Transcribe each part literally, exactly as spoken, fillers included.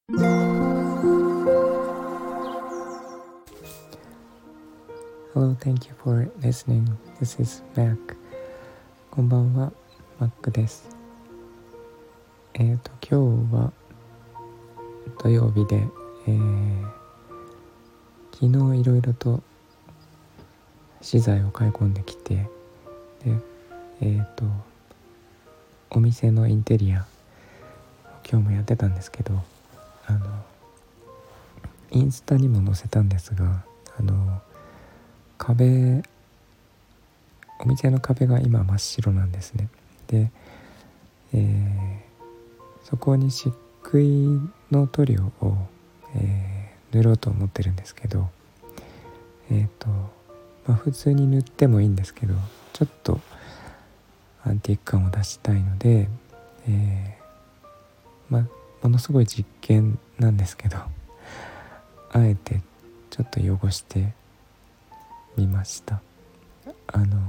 Hello, thank you for listening. This is Mac. こんばんは、Mac です。えっと、今日は土曜日で、えー、昨日いろいろと資材を買い込んできて、で、えっと、お店のインテリア、今日もやってたんですけど、あの、インスタにも載せたんですが、あの、壁お店の壁が今真っ白なんですね。で、えー、そこに漆喰の塗料を、えー、塗ろうと思ってるんですけど、えっと、まあ、普通に塗ってもいいんですけど、ちょっとアンティーク感を出したいので、えー、まあ、ものすごい実験なんですけど、あえてちょっと汚してみました。あの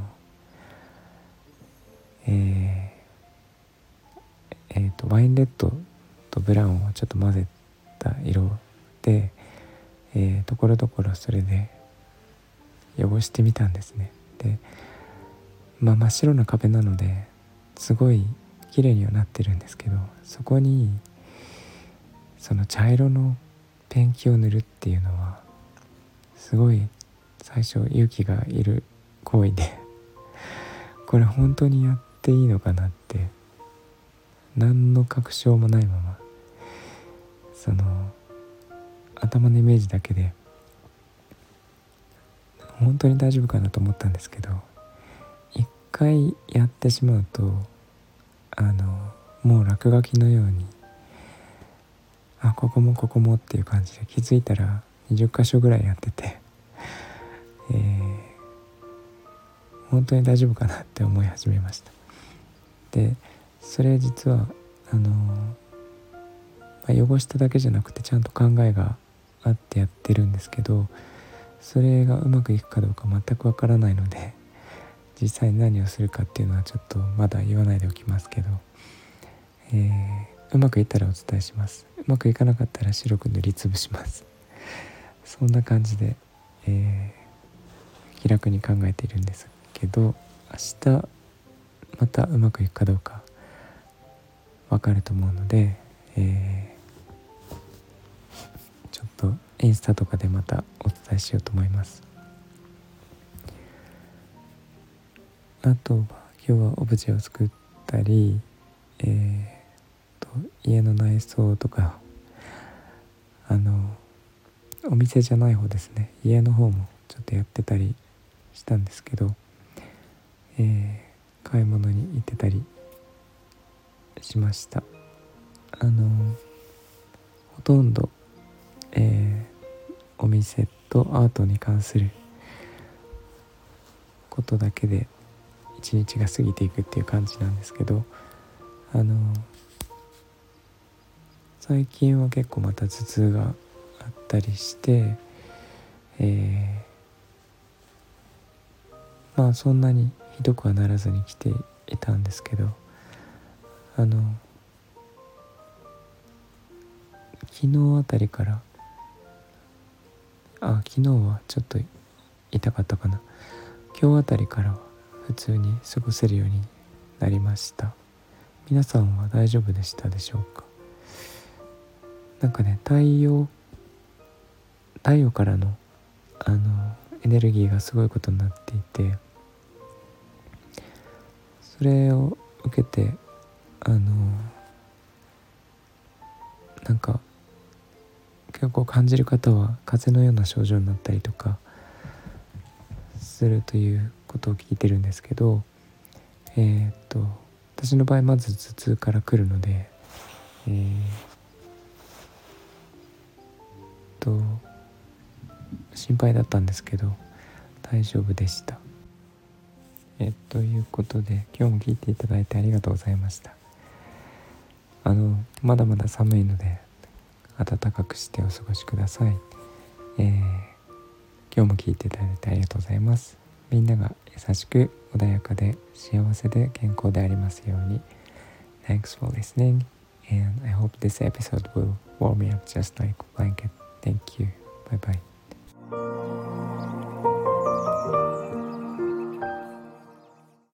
えーえー、とワインレッドとブラウンをちょっと混ぜた色で、えー、ところどころそれで汚してみたんですね。で、まあ、真っ白な壁なのですごい綺麗にはなってるんですけど、そこにその茶色のペンキを塗るっていうのはすごい最初勇気がいる行為でこれ本当にやっていいのかなって何の確証もないまま、その頭のイメージだけで本当に大丈夫かなと思ったんですけど、一回やってしまうとあのもう落書きのように、あ、ここもここもっていう感じで気づいたらにじゅっかしょぐらいやってて、えー、本当に大丈夫かなって思い始めました。で、それ実はあの、まあ、汚しただけじゃなくてちゃんと考えがあってやってるんですけど、それがうまくいくかどうか全くわからないので、実際に何をするかっていうのはちょっとまだ言わないでおきますけど、えー、うまくいったらお伝えします。うまくいかなかったら白く塗りつぶします。そんな感じで、えー、気楽に考えているんですけど、明日またうまくいくかどうか分かると思うので、えー、ちょっとインスタとかでまたお伝えしようと思います。あとは今日はオブジェを作ったり、えー、と家の内装とか、あのお店じゃない方ですね、家の方もちょっとやってたりしたんですけど、えー、買い物に行ってたりしました。あのほとんど、えー、お店とアートに関することだけで一日が過ぎていくっていう感じなんですけど、あの最近は結構また頭痛があったりして、えー、まあそんなにひどくはならずに来ていたんですけど、あの昨日あたりからあ昨日はちょっと痛かったかな、今日あたりからは普通に過ごせるようになりました。皆さんは大丈夫でしたでしょうか。なんかね、太陽太陽からのあのエネルギーがすごいことになっていて、それを受けてあのなんか結構感じる方は風邪のような症状になったりとかするということを聞いてるんですけど、えー、っと私の場合まず頭痛から来るので、えー、と心配だったんですけど大丈夫でした。えということで今日も聞いていただいてありがとうございました。あのまだまだ寒いので暖かくしてお過ごしください。えー、今日も聞いていただいてありがとうございます。みんなが優しく穏やかで幸せで健康でありますように。 Thanks for listening And I hope this episode will warm me up just like a blanket. Thank you. Bye bye.